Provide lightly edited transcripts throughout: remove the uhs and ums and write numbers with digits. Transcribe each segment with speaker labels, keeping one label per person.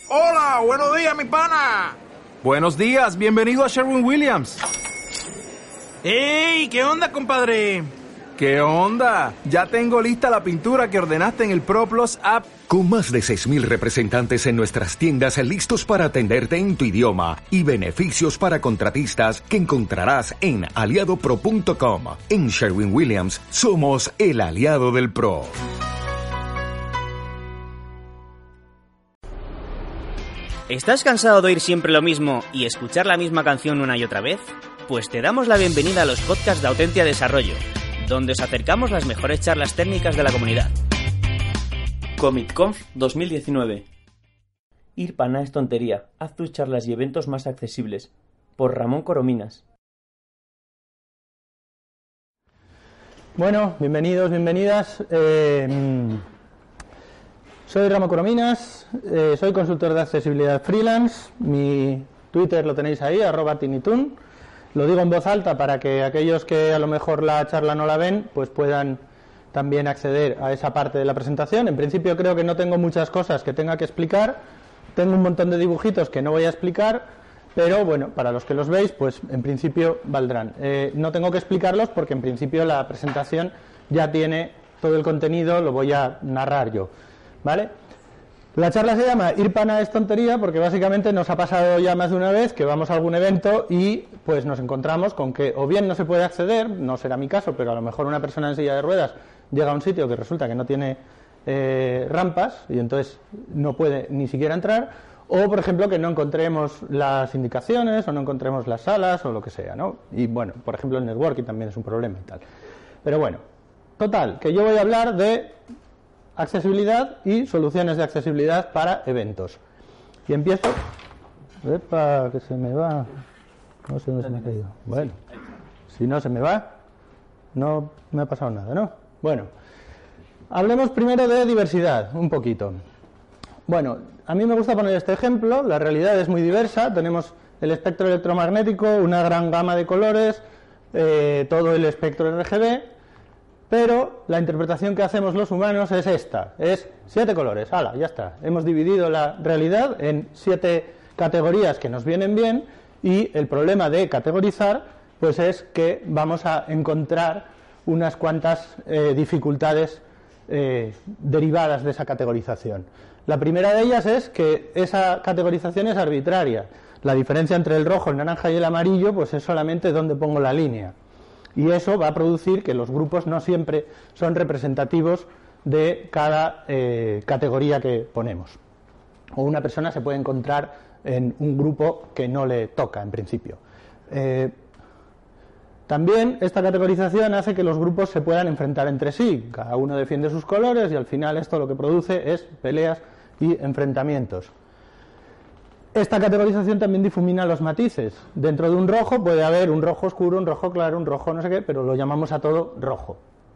Speaker 1: Hola, buenos días, mi pana.
Speaker 2: Buenos días, bienvenido a Sherwin-Williams.
Speaker 1: ¡Ey! ¿Qué onda, compadre?
Speaker 2: ¿Qué onda? Ya tengo lista la pintura que ordenaste en el ProPlus app.
Speaker 3: Con más de 6,000 representantes en nuestras tiendas listos para atenderte en tu idioma y beneficios para contratistas que encontrarás en aliadopro.com. En Sherwin-Williams somos el aliado del pro.
Speaker 4: ¿Estás cansado de oír siempre lo mismo y escuchar la misma canción una y otra vez? Pues te damos la bienvenida a los podcasts de Autentia Desarrollo, donde os acercamos las mejores charlas técnicas de la comunidad.
Speaker 5: ComicConf 2019. Ir pana es tontería. Haz tus charlas y eventos más accesibles. Por Ramón Corominas.
Speaker 6: Bueno, bienvenidos, bienvenidas. Soy Ramón Corominas, soy consultor de accesibilidad freelance. Mi Twitter lo tenéis ahí, @tinitun. Lo digo en voz alta para que aquellos que a lo mejor la charla no la ven, pues puedan también acceder a esa parte de la presentación. En principio creo que no tengo muchas cosas que tenga que explicar. Tengo un montón de dibujitos que no voy a explicar, pero bueno, para los que los veis, pues en principio valdrán. No tengo que explicarlos porque en principio la presentación ya tiene todo el contenido, lo voy a narrar yo, ¿vale? La charla se llama Ir pana es tontería porque básicamente nos ha pasado ya más de una vez que vamos a algún evento y pues nos encontramos con que o bien no se puede acceder, no será mi caso, pero a lo mejor una persona en silla de ruedas llega a un sitio que resulta que no tiene rampas y entonces no puede ni siquiera entrar, o por ejemplo que no encontremos las indicaciones o no encontremos las salas o lo que sea, ¿no? Y bueno, por ejemplo el networking también es un problema y tal. Pero bueno, total, que yo voy a hablar de accesibilidad y soluciones de accesibilidad para eventos. Y empiezo. ¡Epa! Que se me va. No sé dónde se me ha caído. Bueno, si no se me va, no me ha pasado nada, ¿no? Bueno, hablemos primero de diversidad, un poquito. Bueno, a mí me gusta poner este ejemplo. La realidad es muy diversa. Tenemos el espectro electromagnético, una gran gama de colores, todo el espectro RGB. Pero la interpretación que hacemos los humanos es esta, es 7 colores, ¡hala!, ya está. Hemos dividido la realidad en 7 categorías que nos vienen bien y el problema de categorizar pues es que vamos a encontrar unas cuantas dificultades derivadas de esa categorización. La primera de ellas es que esa categorización es arbitraria. La diferencia entre el rojo, el naranja y el amarillo pues es solamente donde pongo la línea. Y eso va a producir que los grupos no siempre son representativos de cada categoría que ponemos. O una persona se puede encontrar en un grupo que no le toca en principio. También esta categorización hace que los grupos se puedan enfrentar entre sí. Cada uno defiende sus colores y al final esto lo que produce es peleas y enfrentamientos. Esta categorización también difumina los matices. Dentro de un rojo puede haber un rojo oscuro, un rojo claro, un rojo no sé qué, pero lo llamamos a todo rojo.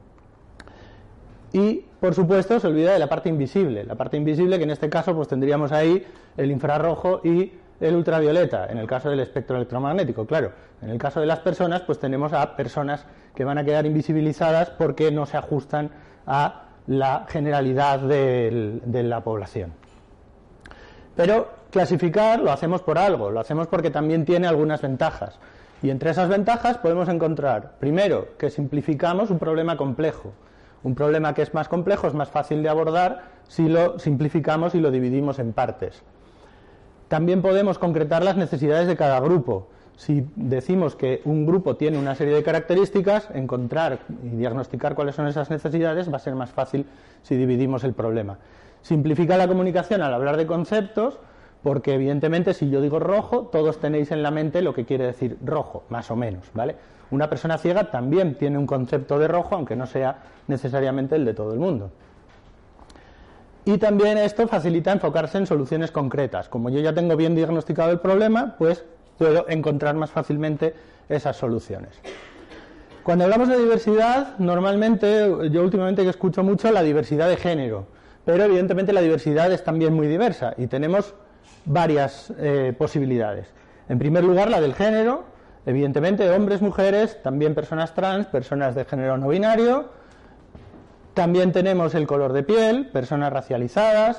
Speaker 6: Y, por supuesto, se olvida de la parte invisible. La parte invisible que en este caso pues tendríamos ahí el infrarrojo y el ultravioleta, en el caso del espectro electromagnético, claro. En el caso de las personas, pues tenemos a personas que van a quedar invisibilizadas porque no se ajustan a la generalidad de la población. Pero clasificar lo hacemos por algo, lo hacemos porque también tiene algunas ventajas. Y entre esas ventajas podemos encontrar, primero, que simplificamos un problema complejo. Un problema que es más complejo es más fácil de abordar si lo simplificamos y lo dividimos en partes. También podemos concretar las necesidades de cada grupo. Si decimos que un grupo tiene una serie de características, encontrar y diagnosticar cuáles son esas necesidades va a ser más fácil si dividimos el problema. Simplifica la comunicación al hablar de conceptos, porque evidentemente si yo digo rojo, todos tenéis en la mente lo que quiere decir rojo, más o menos, ¿vale? Una persona ciega también tiene un concepto de rojo, aunque no sea necesariamente el de todo el mundo. Y también esto facilita enfocarse en soluciones concretas. Como yo ya tengo bien diagnosticado el problema, pues puedo encontrar más fácilmente esas soluciones. Cuando hablamos de diversidad, normalmente, yo últimamente escucho mucho la diversidad de género, pero evidentemente la diversidad es también muy diversa y tenemos varias posibilidades. En primer lugar, la del género, evidentemente hombres, mujeres, también personas trans, personas de género no binario. También tenemos el color de piel, personas racializadas,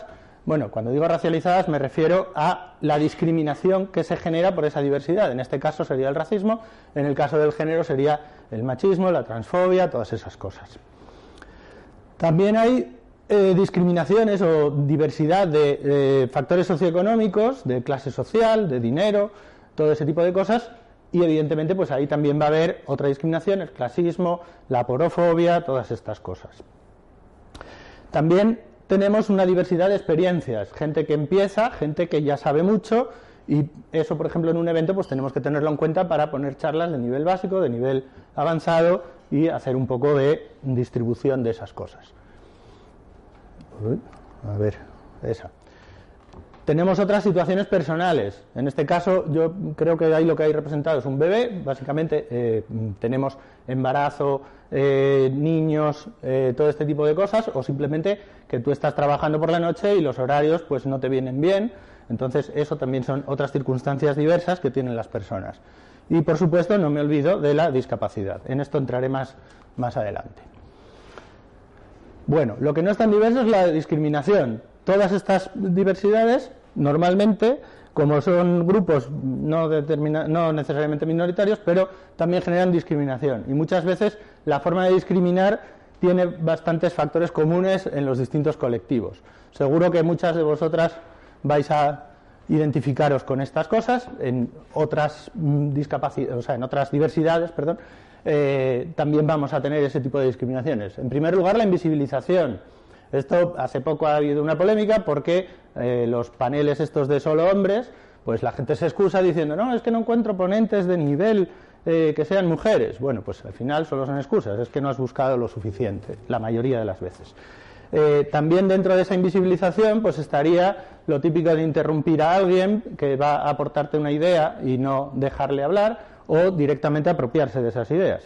Speaker 6: Bueno, cuando digo racializadas me refiero a la discriminación que se genera por esa diversidad. En este caso sería el racismo, en el caso del género sería el machismo, la transfobia, todas esas cosas. También hay discriminaciones o diversidad de factores socioeconómicos, de clase social, de dinero, todo ese tipo de cosas, y evidentemente pues ahí también va a haber otra discriminación, el clasismo, la aporofobia, todas estas cosas. También tenemos una diversidad de experiencias, gente que empieza, gente que ya sabe mucho, y eso, por ejemplo, en un evento pues tenemos que tenerlo en cuenta para poner charlas de nivel básico, de nivel avanzado y hacer un poco de distribución de esas cosas. A ver, esa. Tenemos otras situaciones personales. En este caso, yo creo que ahí lo que hay representado es un bebé. Básicamente tenemos embarazo, niños, todo este tipo de cosas, o simplemente que tú estás trabajando por la noche y los horarios pues no te vienen bien. Entonces, eso también son otras circunstancias diversas que tienen las personas. Y, por supuesto, no me olvido de la discapacidad. En esto entraré más adelante. Bueno, lo que no es tan diverso es la discriminación. Todas estas diversidades, normalmente, como son grupos no necesariamente minoritarios, pero también generan discriminación. Y muchas veces la forma de discriminar tiene bastantes factores comunes en los distintos colectivos. Seguro que muchas de vosotras vais a identificaros con estas cosas. En otras en otras diversidades, también vamos a tener ese tipo de discriminaciones. En primer lugar, la invisibilización. Esto hace poco ha habido una polémica porque los paneles estos de solo hombres, pues la gente se excusa diciendo no, es que no encuentro ponentes de nivel que sean mujeres. Bueno, pues al final solo son excusas, es que no has buscado lo suficiente, la mayoría de las veces. También dentro de esa invisibilización pues estaría lo típico de interrumpir a alguien que va a aportarte una idea y no dejarle hablar, o directamente apropiarse de esas ideas.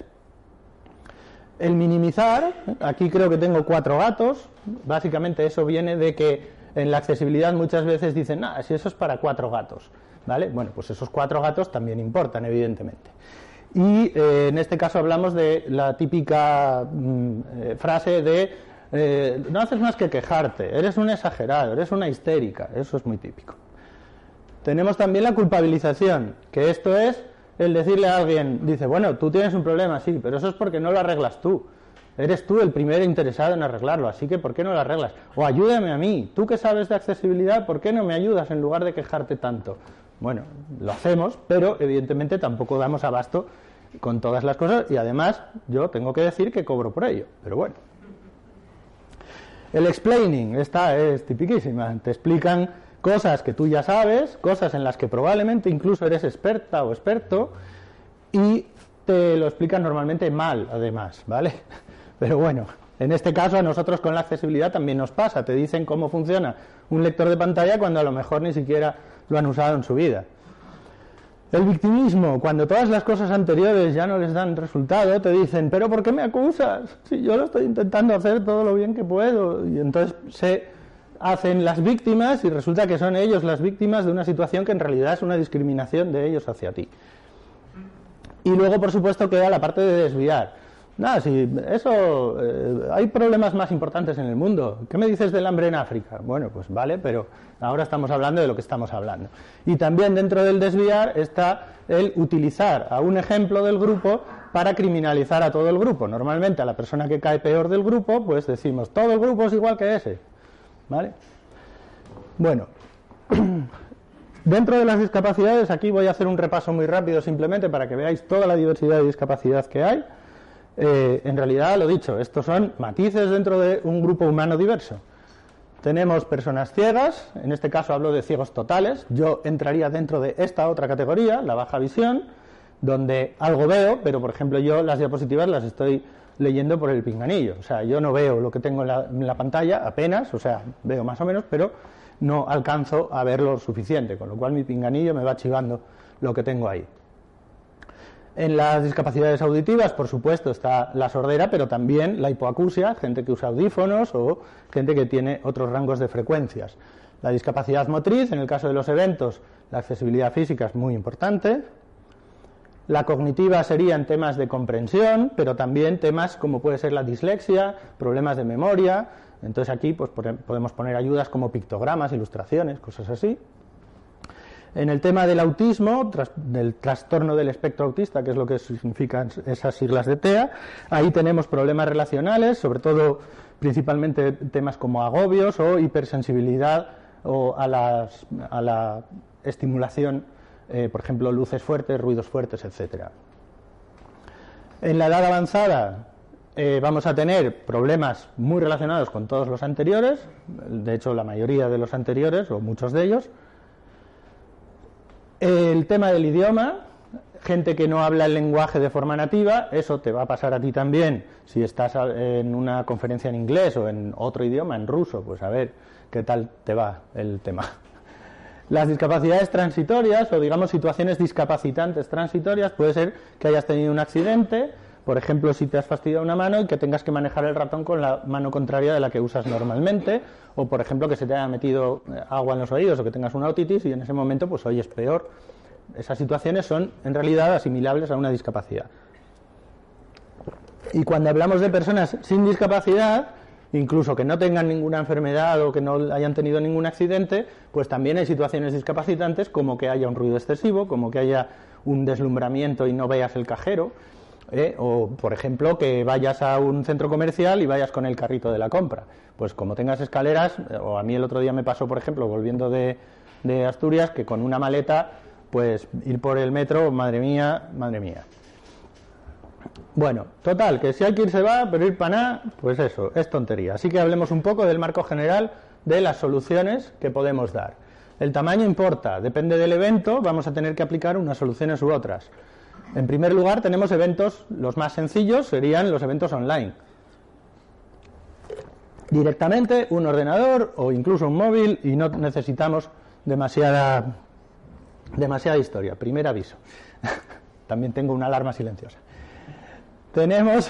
Speaker 6: El minimizar, aquí creo que tengo 4 gatos, básicamente eso viene de que en la accesibilidad muchas veces dicen, si eso es para 4 gatos, ¿vale? Bueno, pues esos 4 gatos también importan, evidentemente. Y en este caso hablamos de la típica frase de no haces más que quejarte, eres un exagerado, eres una histérica, eso es muy típico. Tenemos también la culpabilización, que esto es el decirle a alguien, dice, bueno, tú tienes un problema, sí, pero eso es porque no lo arreglas tú. Eres tú el primero interesado en arreglarlo, así que ¿por qué no lo arreglas? O ayúdame a mí, tú que sabes de accesibilidad, ¿por qué no me ayudas en lugar de quejarte tanto? Bueno, lo hacemos, pero evidentemente tampoco damos abasto con todas las cosas y además yo tengo que decir que cobro por ello, pero bueno. El explaining, esta es tipiquísima, te explican cosas que tú ya sabes, cosas en las que probablemente incluso eres experta o experto y te lo explican normalmente mal, además, ¿vale? Pero bueno, en este caso a nosotros con la accesibilidad también nos pasa, te dicen cómo funciona un lector de pantalla cuando a lo mejor ni siquiera lo han usado en su vida. El victimismo, cuando todas las cosas anteriores ya no les dan resultado, te dicen, pero ¿por qué me acusas? Si yo lo estoy intentando hacer todo lo bien que puedo. Y entonces se hacen las víctimas y resulta que son ellos las víctimas de una situación que en realidad es una discriminación de ellos hacia ti. Y luego, por supuesto, queda la parte de desviar. Si eso, hay problemas más importantes en el mundo. ¿Qué me dices del hambre en África? Bueno, pues vale, pero ahora estamos hablando de lo que estamos hablando. Y también dentro del desviar está el utilizar a un ejemplo del grupo para criminalizar a todo el grupo. Normalmente a la persona que cae peor del grupo, pues decimos, todo el grupo es igual que ese. ¿Vale? Bueno, dentro de las discapacidades, aquí voy a hacer un repaso muy rápido simplemente para que veáis toda la diversidad de discapacidad que hay. En realidad, lo dicho, estos son matices dentro de un grupo humano diverso. Tenemos personas ciegas, en este caso hablo de ciegos totales, yo entraría dentro de esta otra categoría, la baja visión, donde algo veo, pero por ejemplo yo las diapositivas las estoy leyendo por el pinganillo, o sea, yo no veo lo que tengo en la pantalla apenas, o sea, veo más o menos, pero no alcanzo a ver lo suficiente, con lo cual mi pinganillo me va chivando lo que tengo ahí. En las discapacidades auditivas, por supuesto, está la sordera, pero también la hipoacusia, gente que usa audífonos o gente que tiene otros rangos de frecuencias. La discapacidad motriz, en el caso de los eventos, la accesibilidad física es muy importante. La cognitiva sería en temas de comprensión, pero también temas como puede ser la dislexia, problemas de memoria, Entonces aquí pues podemos poner ayudas como pictogramas, ilustraciones, cosas así. En el tema del autismo, del trastorno del espectro autista, que es lo que significan esas siglas de TEA, ahí tenemos problemas relacionales, sobre todo principalmente temas como agobios o hipersensibilidad o a la estimulación, por ejemplo, luces fuertes, ruidos fuertes, etcétera. En la edad avanzada vamos a tener problemas muy relacionados con todos los anteriores, de hecho la mayoría de los anteriores o muchos de ellos. El tema del idioma, gente que no habla el lenguaje de forma nativa, eso te va a pasar a ti también si estás en una conferencia en inglés o en otro idioma, en ruso, pues a ver qué tal te va el tema. Las discapacidades transitorias o digamos situaciones discapacitantes transitorias, puede ser que hayas tenido un accidente, por ejemplo si te has fastidiado una mano y que tengas que manejar el ratón con la mano contraria de la que usas normalmente, o por ejemplo que se te haya metido agua en los oídos o que tengas una otitis y en ese momento pues oyes peor. Esas situaciones son en realidad asimilables a una discapacidad. Y cuando hablamos de personas sin discapacidad, incluso que no tengan ninguna enfermedad o que no hayan tenido ningún accidente, pues también hay situaciones discapacitantes como que haya un ruido excesivo, como que haya un deslumbramiento y no veas el cajero, o por ejemplo que vayas a un centro comercial y vayas con el carrito de la compra. Pues como tengas escaleras, o a mí el otro día me pasó, por ejemplo, volviendo de Asturias, que con una maleta, pues ir por el metro, madre mía, madre mía. Bueno, total, que si hay que ir se va, pero ir para nada, pues eso, es tontería. Así que hablemos un poco del marco general de las soluciones que podemos dar. El tamaño importa, depende del evento, vamos a tener que aplicar unas soluciones u otras. En primer lugar tenemos eventos, los más sencillos serían los eventos online. Directamente un ordenador o incluso un móvil y no necesitamos demasiada historia. Primer aviso. También tengo una alarma silenciosa. Tenemos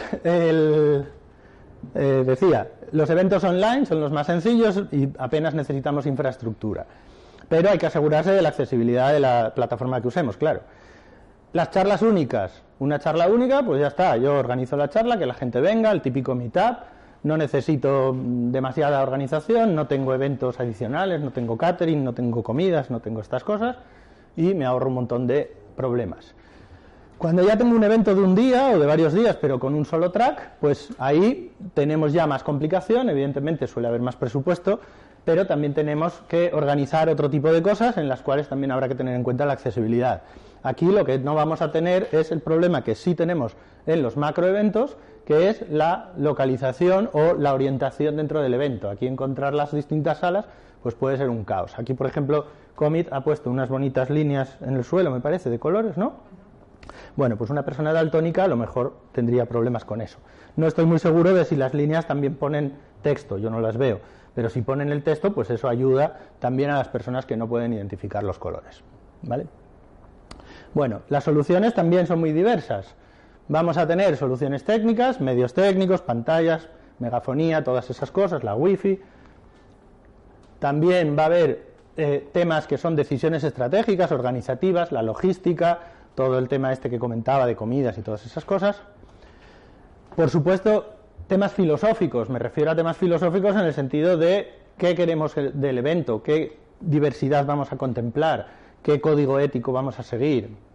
Speaker 6: decía, los eventos online son los más sencillos y apenas necesitamos infraestructura. Pero hay que asegurarse de la accesibilidad de la plataforma que usemos, claro. Las charlas únicas. Una charla única, pues ya está. Yo organizo la charla, que la gente venga, el típico meetup. No necesito demasiada organización, no tengo eventos adicionales, no tengo catering, no tengo comidas, no tengo estas cosas y me ahorro un montón de problemas. Cuando ya tengo un evento de un día o de varios días, pero con un solo track, pues ahí tenemos ya más complicación, evidentemente suele haber más presupuesto, pero también tenemos que organizar otro tipo de cosas en las cuales también habrá que tener en cuenta la accesibilidad. Aquí lo que no vamos a tener es el problema que sí tenemos en los macroeventos, que es la localización o la orientación dentro del evento. Aquí encontrar las distintas salas pues puede ser un caos. Aquí, por ejemplo, Commit ha puesto unas bonitas líneas en el suelo, me parece, de colores, ¿no? Bueno, pues una persona daltónica a lo mejor tendría problemas con eso. No estoy muy seguro de si las líneas también ponen texto, yo no las veo, pero si ponen el texto, pues eso ayuda también a las personas que no pueden identificar los colores, ¿vale? Bueno, las soluciones también son muy diversas. Vamos a tener soluciones técnicas, medios técnicos, pantallas, megafonía, todas esas cosas, la wifi. También va a haber temas que son decisiones estratégicas, organizativas, la logística, todo el tema este que comentaba de comidas y todas esas cosas. Por supuesto, temas filosóficos, me refiero a temas filosóficos en el sentido de qué queremos del evento, qué diversidad vamos a contemplar, qué código ético vamos a seguir.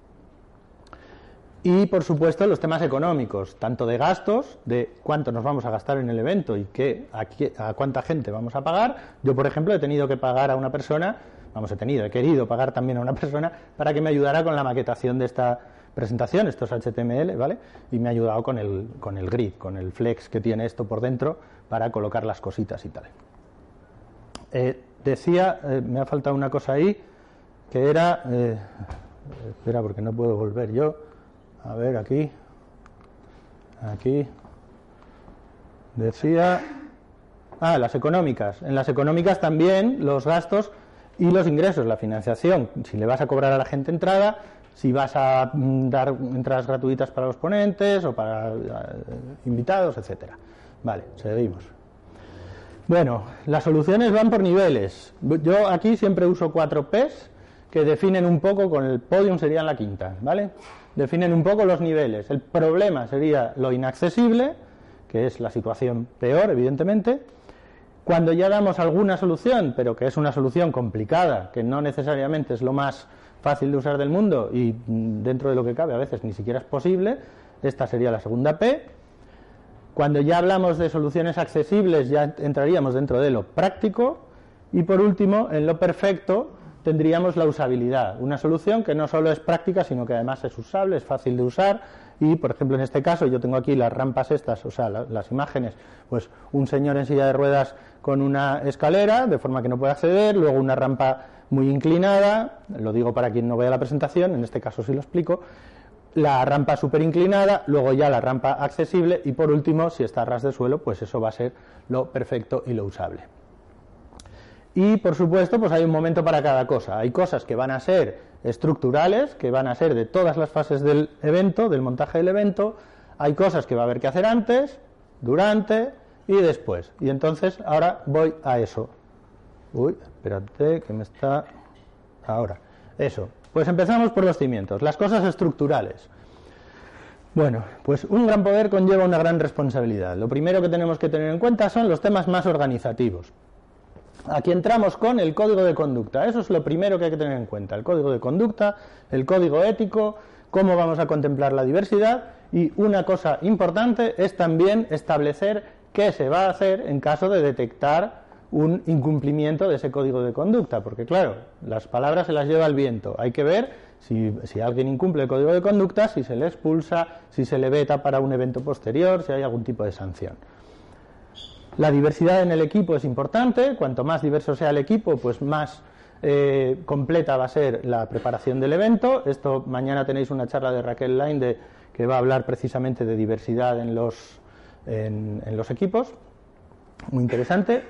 Speaker 6: Y, por supuesto, los temas económicos, tanto de gastos, de cuánto nos vamos a gastar en el evento y a cuánta gente vamos a pagar. Yo, por ejemplo, he tenido que pagar a una persona, he querido pagar también a una persona para que me ayudara con la maquetación de esta presentación, estos HTML, ¿vale? Y me ha ayudado con el grid, con el flex que tiene esto por dentro para colocar las cositas y tal. Me ha faltado una cosa ahí, que era... espera, porque no puedo volver yo. A ver, aquí. Decía... las económicas. En las económicas también los gastos y los ingresos, la financiación. Si le vas a cobrar a la gente entrada, si vas a dar entradas gratuitas para los ponentes o para invitados, etcétera. Vale, seguimos. Bueno, las soluciones van por niveles. Yo aquí siempre uso 4 P's que definen un poco, con el podium serían la quinta, ¿vale? Definen un poco los niveles. El problema sería lo inaccesible, que es la situación peor, evidentemente. Cuando ya damos alguna solución, pero que es una solución complicada, que no necesariamente es lo más fácil de usar del mundo y dentro de lo que cabe a veces ni siquiera es posible, esta sería la segunda P. Cuando ya hablamos de soluciones accesibles ya entraríamos dentro de lo práctico y por último en lo perfecto tendríamos la usabilidad, una solución que no solo es práctica sino que además es usable, es fácil de usar y por ejemplo en este caso yo tengo aquí las rampas estas, o sea las imágenes, pues un señor en silla de ruedas con una escalera de forma que no puede acceder, luego una rampa muy inclinada, lo digo para quien no vea la presentación, en este caso sí lo explico, la rampa súper inclinada, luego ya la rampa accesible y por último, si está a ras de suelo, pues eso va a ser lo perfecto y lo usable. Y por supuesto, pues hay un momento para cada cosa. Hay cosas que van a ser estructurales, que van a ser de todas las fases del evento, del montaje del evento. Hay cosas que va a haber que hacer antes, durante y después. Y entonces ahora voy a eso. Uy, espérate, que me está... Ahora, eso. Pues empezamos por los cimientos, las cosas estructurales. Bueno, pues un gran poder conlleva una gran responsabilidad. Lo primero que tenemos que tener en cuenta son los temas más organizativos. Aquí entramos con el código de conducta. Eso es lo primero que hay que tener en cuenta. El código de conducta, el código ético, cómo vamos a contemplar la diversidad y una cosa importante es también establecer qué se va a hacer en caso de detectar un incumplimiento de ese código de conducta, porque claro, las palabras se las lleva el viento. Hay que ver si alguien incumple el código de conducta, si se le expulsa, si se le veta para un evento posterior, si hay algún tipo de sanción. La diversidad en el equipo es importante. Cuanto más diverso sea el equipo, pues más completa va a ser la preparación del evento. Esto mañana tenéis una charla de Raquel Lainde que va a hablar precisamente de diversidad en los equipos. Muy interesante.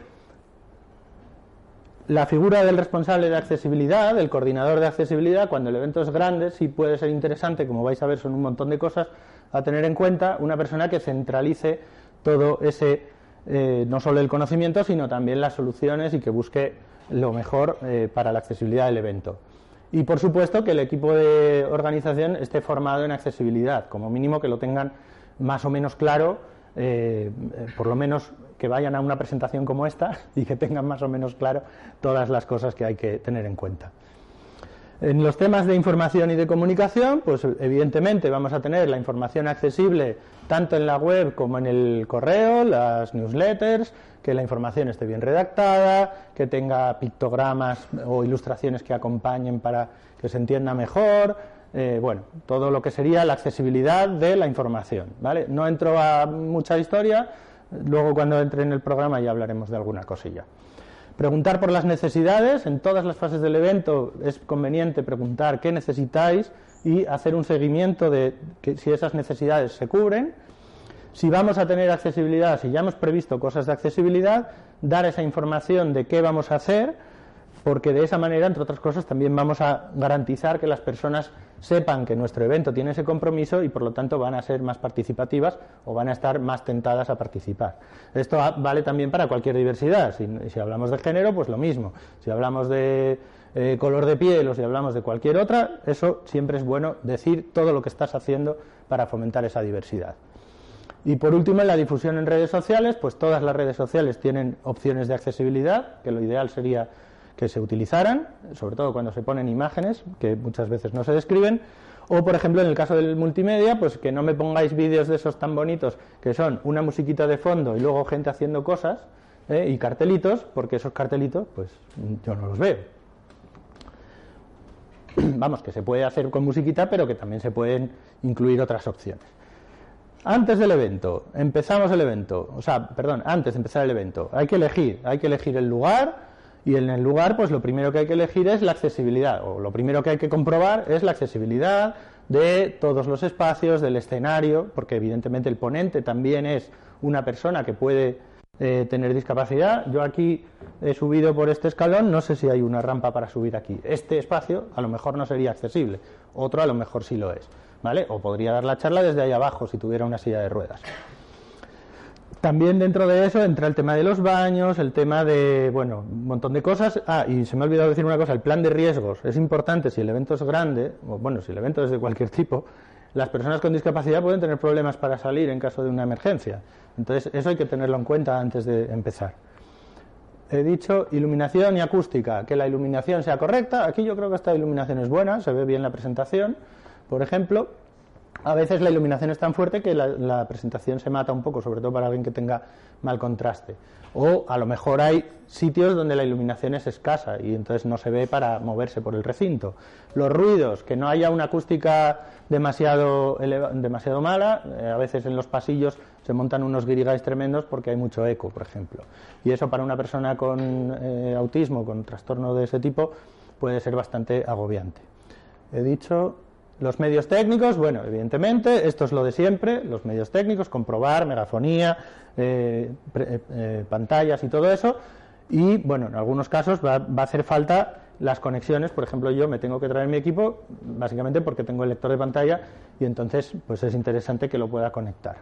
Speaker 6: La figura del responsable de accesibilidad, del coordinador de accesibilidad, cuando el evento es grande, sí puede ser interesante, como vais a ver son un montón de cosas a tener en cuenta, una persona que centralice todo ese, no solo el conocimiento, sino también las soluciones y que busque lo mejor para la accesibilidad del evento. Y por supuesto que el equipo de organización esté formado en accesibilidad, como mínimo que lo tengan más o menos claro, por lo menos que vayan a una presentación como esta y que tengan más o menos claro todas las cosas que hay que tener en cuenta. En los temas de información y de comunicación, pues evidentemente vamos a tener la información accesible tanto en la web como en el correo, las newsletters, que la información esté bien redactada, que tenga pictogramas o ilustraciones que acompañen para que se entienda mejor, bueno, todo lo que sería la accesibilidad de la información, ¿vale? No entro a mucha historia, luego cuando entre en el programa ya hablaremos de alguna cosilla. Preguntar por las necesidades, en todas las fases del evento es conveniente preguntar qué necesitáis y hacer un seguimiento de que si esas necesidades se cubren. Si vamos a tener accesibilidad, si ya hemos previsto cosas de accesibilidad, dar esa información de qué vamos a hacer, porque de esa manera, entre otras cosas, también vamos a garantizar que las personas sepan que nuestro evento tiene ese compromiso y por lo tanto van a ser más participativas o van a estar más tentadas a participar. Esto vale también para cualquier diversidad. Si hablamos de género, pues lo mismo. Si hablamos de color de piel o si hablamos de cualquier otra, eso siempre es bueno decir todo lo que estás haciendo para fomentar esa diversidad. Y por último, en la difusión en redes sociales, pues todas las redes sociales tienen opciones de accesibilidad, que lo ideal sería que se utilizaran, sobre todo cuando se ponen imágenes, que muchas veces no se describen, o por ejemplo en el caso del multimedia, pues que no me pongáis vídeos de esos tan bonitos, que son una musiquita de fondo y luego gente haciendo cosas, y cartelitos, porque esos cartelitos, pues yo no los veo. Vamos, que se puede hacer con musiquita, pero que también se pueden incluir otras opciones. Antes del evento, empezamos el evento, antes de empezar el evento, hay que elegir el lugar. Y en el lugar, pues lo primero que hay que elegir es la accesibilidad, o lo primero que hay que comprobar es la accesibilidad de todos los espacios, del escenario, porque evidentemente el ponente también es una persona que puede tener discapacidad. Yo aquí he subido por este escalón, no sé si hay una rampa para subir aquí. Este espacio a lo mejor no sería accesible, otro a lo mejor sí lo es, ¿vale? O podría dar la charla desde ahí abajo si tuviera una silla de ruedas. También dentro de eso entra el tema de los baños, el tema de, bueno, un montón de cosas. Y se me ha olvidado decir una cosa, el plan de riesgos. Es importante, si el evento es grande, o bueno, si el evento es de cualquier tipo, las personas con discapacidad pueden tener problemas para salir en caso de una emergencia. Entonces, eso hay que tenerlo en cuenta antes de empezar. he dicho iluminación y acústica, que la iluminación sea correcta. Aquí yo creo que esta iluminación es buena, se ve bien la presentación, por ejemplo. A veces la iluminación es tan fuerte que la presentación se mata un poco, sobre todo para alguien que tenga mal contraste. O a lo mejor hay sitios donde la iluminación es escasa y entonces no se ve para moverse por el recinto. Los ruidos, que no haya una acústica demasiado mala. A veces en los pasillos se montan unos guirigais tremendos porque hay mucho eco, por ejemplo. Y eso para una persona con autismo, con trastorno de ese tipo, puede ser bastante agobiante. He dicho... Los medios técnicos, bueno, evidentemente, esto es lo de siempre, los medios técnicos, comprobar, megafonía, pantallas y todo eso, y bueno, en algunos casos va a hacer falta las conexiones. Por ejemplo, yo me tengo que traer mi equipo, básicamente porque tengo el lector de pantalla, y entonces pues es interesante que lo pueda conectar.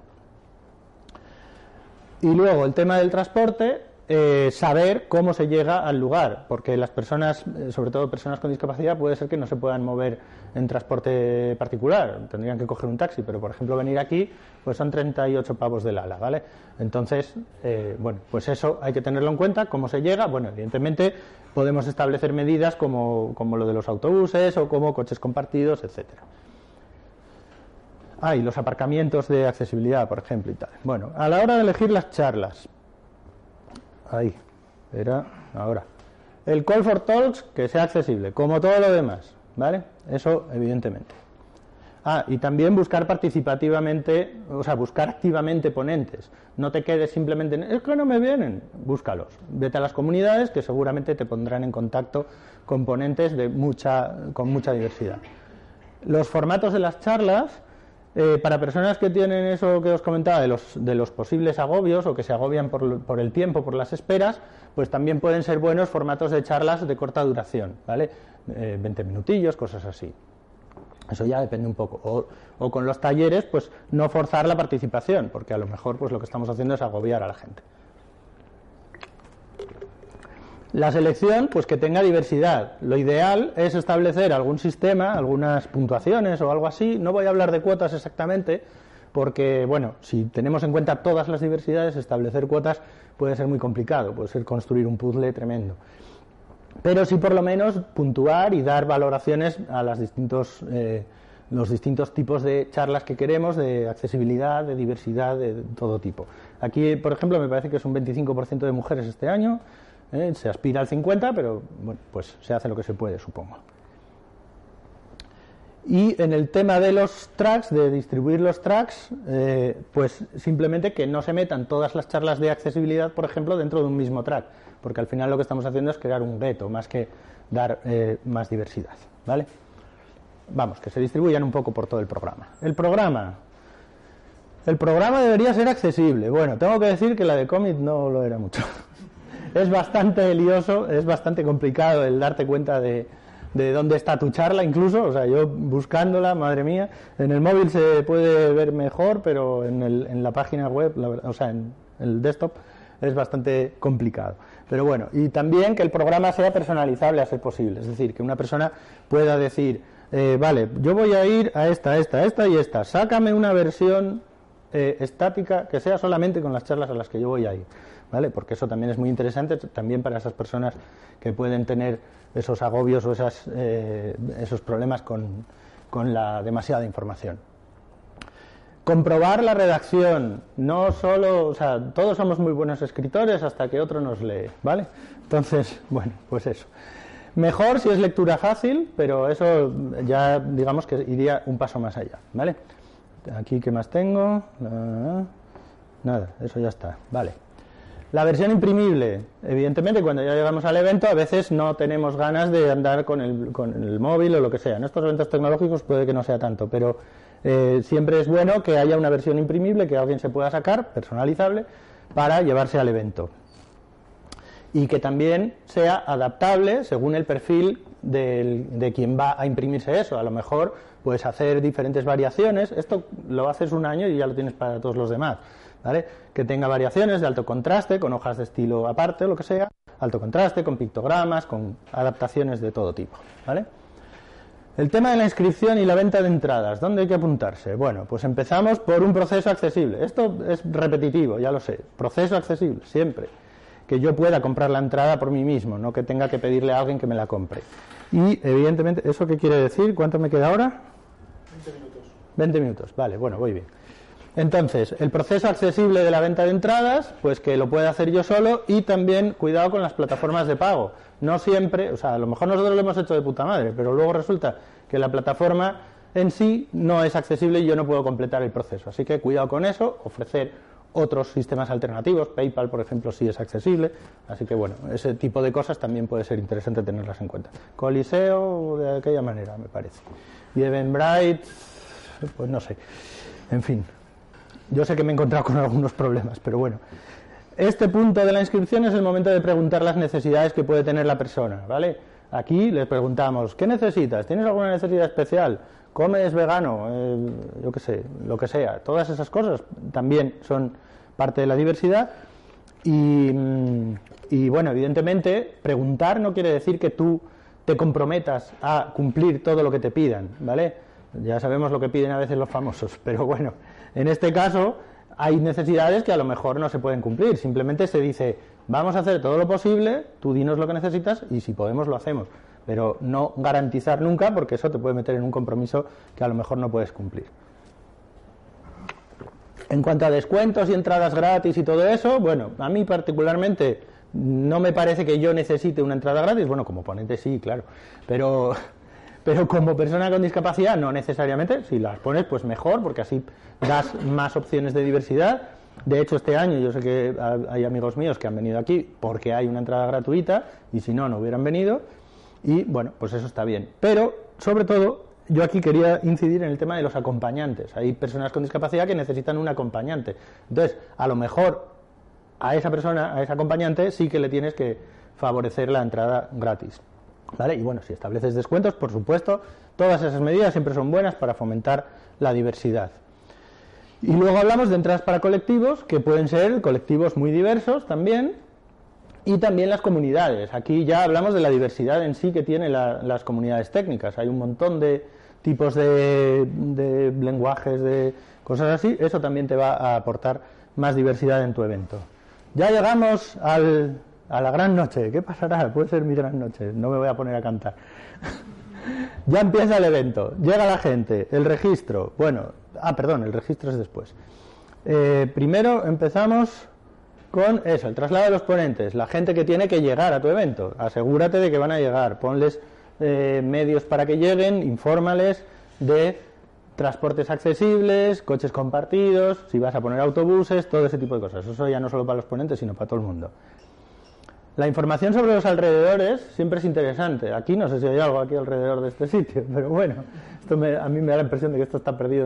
Speaker 6: Y luego, el tema del transporte, saber cómo se llega al lugar, porque las personas, sobre todo personas con discapacidad, puede ser que no se puedan mover en transporte particular, tendrían que coger un taxi, pero por ejemplo venir aquí pues son 38 pavos del ala, ¿vale? Entonces, bueno, pues eso hay que tenerlo en cuenta, cómo se llega. Bueno, evidentemente podemos establecer medidas como lo de los autobuses o como coches compartidos, etcétera. Y los aparcamientos de accesibilidad, por ejemplo, y tal. Bueno, a la hora de elegir las charlas, ahí, era ahora. El Call for Talks, que sea accesible, como todo lo demás, ¿vale? Eso, evidentemente. Y también buscar participativamente, o sea, buscar activamente ponentes. No te quedes simplemente en, es que no me vienen, búscalos. Vete a las comunidades que seguramente te pondrán en contacto con ponentes con mucha diversidad. Los formatos de las charlas, para personas que tienen eso que os comentaba de los posibles agobios o que se agobian por el tiempo, por las esperas, pues también pueden ser buenos formatos de charlas de corta duración, ¿vale? 20 minutillos, cosas así. Eso ya depende un poco. O con los talleres, pues no forzar la participación, porque a lo mejor pues lo que estamos haciendo es agobiar a la gente. La selección, pues que tenga diversidad. Lo ideal es establecer algún sistema, algunas puntuaciones o algo así. No voy a hablar de cuotas exactamente, porque, bueno, si tenemos en cuenta todas las diversidades, establecer cuotas puede ser muy complicado, puede ser construir un puzzle tremendo. Pero sí, por lo menos, puntuar y dar valoraciones a los distintos tipos de charlas que queremos, de accesibilidad, de diversidad, de todo tipo. Aquí, por ejemplo, me parece que es un 25% de mujeres este año. Se aspira al 50%, pero bueno, pues se hace lo que se puede, supongo. Y en el tema de los tracks, de distribuir los tracks, pues simplemente que no se metan todas las charlas de accesibilidad, por ejemplo, dentro de un mismo track, porque al final lo que estamos haciendo es crear un gueto, más que dar más diversidad, ¿vale? Vamos, que se distribuyan un poco por todo el programa. El programa debería ser accesible. Bueno, tengo que decir que la de Commit no lo era mucho. Es bastante lioso, es bastante complicado el darte cuenta de dónde está tu charla incluso. O sea, yo buscándola, madre mía, en el móvil se puede ver mejor, pero en la página web, o sea, en el desktop, es bastante complicado. Pero bueno, y también que el programa sea personalizable a ser posible. Es decir, que una persona pueda decir, vale, yo voy a ir a esta y esta. Sácame una versión estática que sea solamente con las charlas a las que yo voy a ir. ¿Vale? Porque eso también es muy interesante, también para esas personas que pueden tener esos agobios o esos problemas con la demasiada información. Comprobar la redacción, no solo, o sea, todos somos muy buenos escritores hasta que otro nos lee, ¿vale? Entonces, bueno, pues eso. Mejor si es lectura fácil, pero eso ya digamos que iría un paso más allá, ¿vale? Aquí, ¿qué más tengo? Nada, eso ya está, vale. La versión imprimible, evidentemente cuando ya llegamos al evento a veces no tenemos ganas de andar con el móvil o lo que sea. En estos eventos tecnológicos puede que no sea tanto, pero siempre es bueno que haya una versión imprimible que alguien se pueda sacar, personalizable, para llevarse al evento. Y que también sea adaptable según el perfil de quien va a imprimirse eso. A lo mejor puedes hacer diferentes variaciones. Esto lo haces un año y ya lo tienes para todos los demás, ¿vale? Que tenga variaciones de alto contraste, con hojas de estilo aparte o lo que sea, alto contraste, con pictogramas, con adaptaciones de todo tipo, ¿vale? El tema de la inscripción y la venta de entradas, ¿dónde hay que apuntarse? Bueno, pues empezamos por un proceso accesible. Esto es repetitivo, ya lo sé, proceso accesible, siempre. que yo pueda comprar la entrada por mí mismo, no que tenga que pedirle a alguien que me la compre. Y evidentemente, ¿eso qué quiere decir? ¿Cuánto me queda ahora?
Speaker 7: 20 minutos.
Speaker 6: 20 minutos, vale, bueno, voy bien. Entonces, el proceso accesible de la venta de entradas, pues que lo pueda hacer yo solo, y también cuidado con las plataformas de pago. No siempre, o sea, a lo mejor nosotros lo hemos hecho de puta madre, pero luego resulta que la plataforma en sí no es accesible y yo no puedo completar el proceso. Así que cuidado con eso, ofrecer otros sistemas alternativos, PayPal, por ejemplo, sí es accesible, así que bueno, ese tipo de cosas también puede ser interesante tenerlas en cuenta. Coliseo, de aquella manera, me parece. Y Eventbrite, pues no sé. En fin, yo sé que me he encontrado con algunos problemas, pero bueno. Este punto de la inscripción es el momento de preguntar las necesidades que puede tener la persona, ¿vale? Aquí les preguntamos, ¿qué necesitas? ¿Tienes alguna necesidad especial? ¿Comes vegano? Yo qué sé, lo que sea. Todas esas cosas también son parte de la diversidad. Y bueno, evidentemente, preguntar no quiere decir que tú te comprometas a cumplir todo lo que te pidan, ¿vale? Ya sabemos lo que piden a veces los famosos, pero bueno, en este caso hay necesidades que a lo mejor no se pueden cumplir. Simplemente se dice, vamos a hacer todo lo posible, tú dinos lo que necesitas y si podemos lo hacemos. Pero no garantizar nunca, porque eso te puede meter en un compromiso que a lo mejor no puedes cumplir. En cuanto a descuentos y entradas gratis y todo eso, bueno, a mí particularmente no me parece que yo necesite una entrada gratis. Bueno, como ponente sí, claro, pero como persona con discapacidad no necesariamente. Si las pones, pues mejor, porque así das más opciones de diversidad. De hecho, este año yo sé que hay amigos míos que han venido aquí porque hay una entrada gratuita y si no, no hubieran venido. Y bueno, pues eso está bien. Pero, sobre todo, yo aquí quería incidir en el tema de los acompañantes. Hay personas con discapacidad que necesitan un acompañante. Entonces, a lo mejor a esa persona, a ese acompañante, sí que le tienes que favorecer la entrada gratis, ¿vale? Y bueno, si estableces descuentos, por supuesto, todas esas medidas siempre son buenas para fomentar la diversidad. Y luego hablamos de entradas para colectivos, que pueden ser colectivos muy diversos también. Y también las comunidades. Aquí ya hablamos de la diversidad en sí que tienen las comunidades técnicas. Hay un montón de tipos de lenguajes, de cosas así. Eso también te va a aportar más diversidad en tu evento. Ya llegamos a la gran noche. ¿Qué pasará? Puede ser mi gran noche. No me voy a poner a cantar. Ya empieza el evento. Llega la gente. El registro. Bueno, perdón, el registro es después. Primero empezamos con eso, el traslado de los ponentes, la gente que tiene que llegar a tu evento. Asegúrate de que van a llegar, ponles medios para que lleguen, infórmales de transportes accesibles, coches compartidos, si vas a poner autobuses, todo ese tipo de cosas. Eso ya no solo para los ponentes, sino para todo el mundo. La información sobre los alrededores siempre es interesante. Aquí no sé si hay algo aquí alrededor de este sitio, pero bueno, a mí me da la impresión de que esto está perdido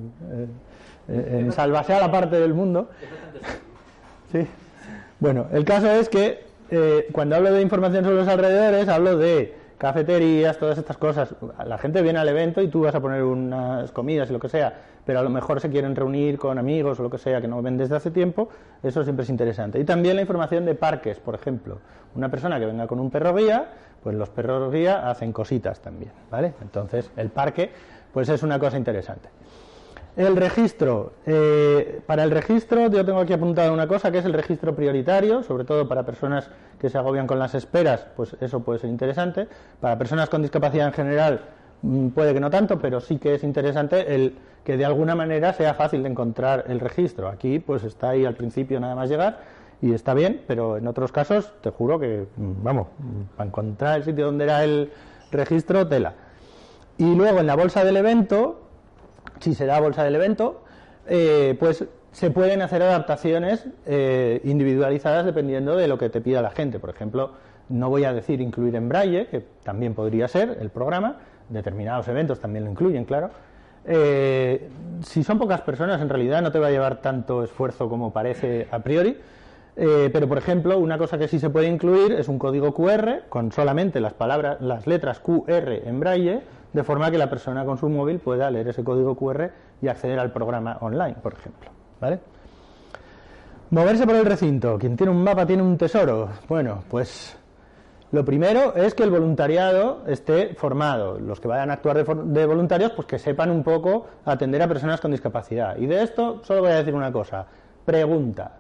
Speaker 6: en salvasea la parte del mundo. Sí. Bueno, el caso es que cuando hablo de información sobre los alrededores, hablo de cafeterías, todas estas cosas. La gente viene al evento y tú vas a poner unas comidas y lo que sea, pero a lo mejor se quieren reunir con amigos o lo que sea que no ven desde hace tiempo. Eso siempre es interesante. Y también la información de parques, por ejemplo. Una persona que venga con un perro guía, pues los perros guía hacen cositas también, ¿vale? Entonces, el parque, pues es una cosa interesante. El registro. Para el registro yo tengo aquí apuntado una cosa que es el registro prioritario, sobre todo para personas que se agobian con las esperas, pues eso puede ser interesante. Para personas con discapacidad en general puede que no tanto, pero sí que es interesante el que de alguna manera sea fácil de encontrar el registro. Aquí pues está ahí al principio nada más llegar y está bien, pero en otros casos te juro que, vamos, para encontrar el sitio donde era el registro, tela. Y luego en la bolsa del evento, si se da bolsa del evento, pues se pueden hacer adaptaciones individualizadas dependiendo de lo que te pida la gente. Por ejemplo, no voy a decir incluir en braille, que también podría ser el programa, determinados eventos también lo incluyen, claro. Si son pocas personas, en realidad no te va a llevar tanto esfuerzo como parece a priori, pero por ejemplo, una cosa que sí se puede incluir es un código QR con solamente las letras QR en braille, de forma que la persona con su móvil pueda leer ese código QR y acceder al programa online, por ejemplo, ¿vale? Moverse por el recinto. Quien tiene un mapa tiene un tesoro. Bueno, pues lo primero es que el voluntariado esté formado. Los que vayan a actuar de voluntarios, pues que sepan un poco atender a personas con discapacidad. Y de esto solo voy a decir una cosa. Pregunta.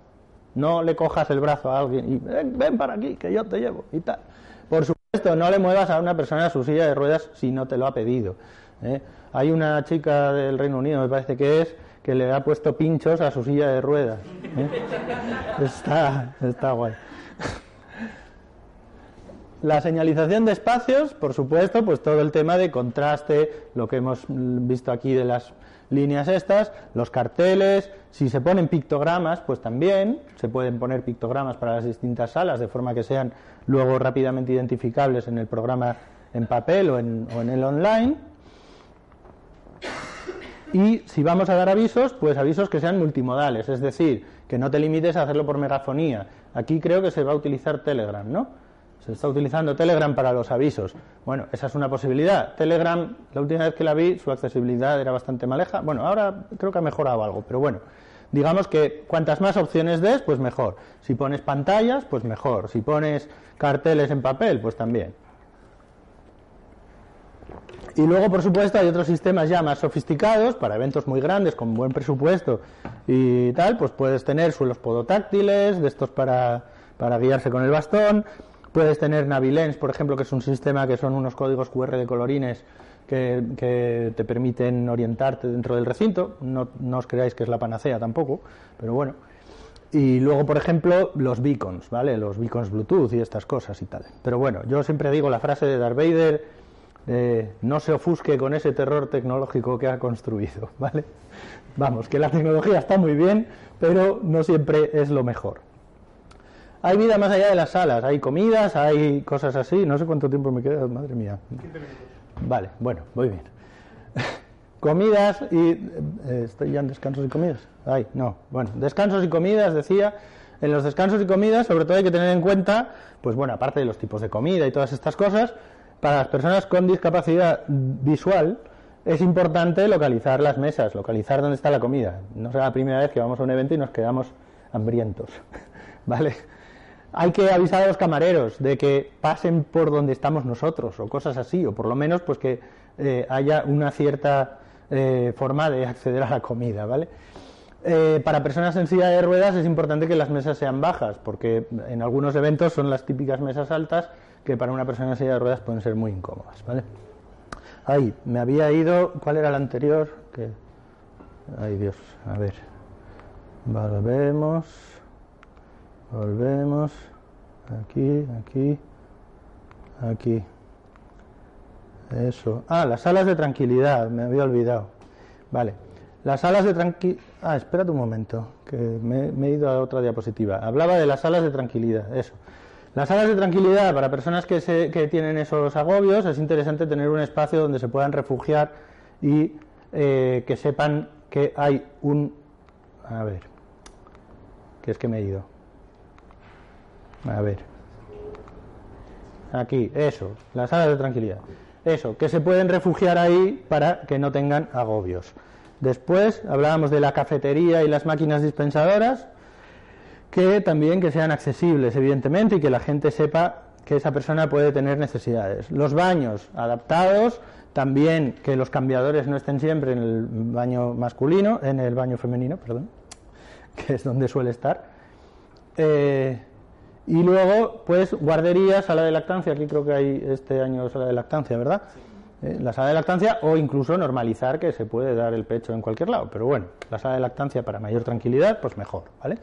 Speaker 6: No le cojas el brazo a alguien y ven para aquí, que yo te llevo y tal. Por supuesto, no le muevas a una persona a su silla de ruedas si no te lo ha pedido. Hay una chica del Reino Unido, me parece que le ha puesto pinchos a su silla de ruedas. Está guay. La señalización de espacios, por supuesto, pues todo el tema de contraste, lo que hemos visto aquí de las líneas estas, los carteles, si se ponen pictogramas, pues también se pueden poner pictogramas para las distintas salas, de forma que sean luego rápidamente identificables en el programa en papel o en el online. Y si vamos a dar avisos, pues avisos que sean multimodales, es decir, que no te limites a hacerlo por megafonía. Aquí creo que se va a utilizar Telegram, ¿no? Se está utilizando Telegram para los avisos. Bueno, esa es una posibilidad. Telegram, la última vez que la vi, su accesibilidad era bastante maleja. Bueno, ahora creo que ha mejorado algo, pero bueno. Digamos que cuantas más opciones des, pues mejor. Si pones pantallas, pues mejor. Si pones carteles en papel, pues también. Y luego, por supuesto, hay otros sistemas ya más sofisticados, para eventos muy grandes, con buen presupuesto y tal, pues puedes tener suelos podotáctiles, de estos para guiarse con el bastón. Puedes tener Navilens, por ejemplo, que es un sistema que son unos códigos QR de colorines que te permiten orientarte dentro del recinto. No os creáis que es la panacea tampoco, pero bueno. Y luego, por ejemplo, los beacons, ¿vale? Los beacons Bluetooth y estas cosas y tal. Pero bueno, yo siempre digo la frase de Darth Vader, no se ofusque con ese terror tecnológico que ha construido, ¿vale? Vamos, que la tecnología está muy bien, pero no siempre es lo mejor. Hay vida más allá de las salas, hay comidas, hay cosas así, no sé cuánto tiempo me queda, madre mía. 15 minutos. Vale, bueno, muy bien. Comidas y... ¿estoy ya en descansos y comidas? Ay, no, bueno, descansos y comidas, decía. En los descansos y comidas, sobre todo hay que tener en cuenta, pues bueno, aparte de los tipos de comida y todas estas cosas, para las personas con discapacidad visual, es importante localizar las mesas, localizar dónde está la comida. No será la primera vez que vamos a un evento y nos quedamos hambrientos, ¿vale? Hay que avisar a los camareros de que pasen por donde estamos nosotros o cosas así, o por lo menos pues que haya una cierta forma de acceder a la comida, ¿vale? Para personas en silla de ruedas es importante que las mesas sean bajas, porque en algunos eventos son las típicas mesas altas que para una persona en silla de ruedas pueden ser muy incómodas, ¿vale? Ahí, me había ido, ¿cuál era el anterior? Ay Dios, a ver, volvemos, aquí, eso, las salas de tranquilidad, me había olvidado, vale, las salas de tranquilidad, espérate un momento, que me he ido a otra diapositiva, hablaba de las salas de tranquilidad, eso, las salas de tranquilidad para personas que tienen esos agobios, es interesante tener un espacio donde se puedan refugiar y que sepan que hay que es que me he ido. Aquí, eso, las salas de tranquilidad. Eso, que se pueden refugiar ahí para que no tengan agobios. Después hablábamos de la cafetería y las máquinas dispensadoras, que también que sean accesibles, evidentemente, y que la gente sepa que esa persona puede tener necesidades. Los baños adaptados, también que los cambiadores no estén siempre en el baño masculino, en el baño femenino, perdón, que es donde suele estar. Y luego, pues, guardería, sala de lactancia, aquí creo que hay este año sala de lactancia, ¿verdad? La sala de lactancia, o incluso normalizar que se puede dar el pecho en cualquier lado, pero bueno, la sala de lactancia para mayor tranquilidad, pues mejor, ¿vale?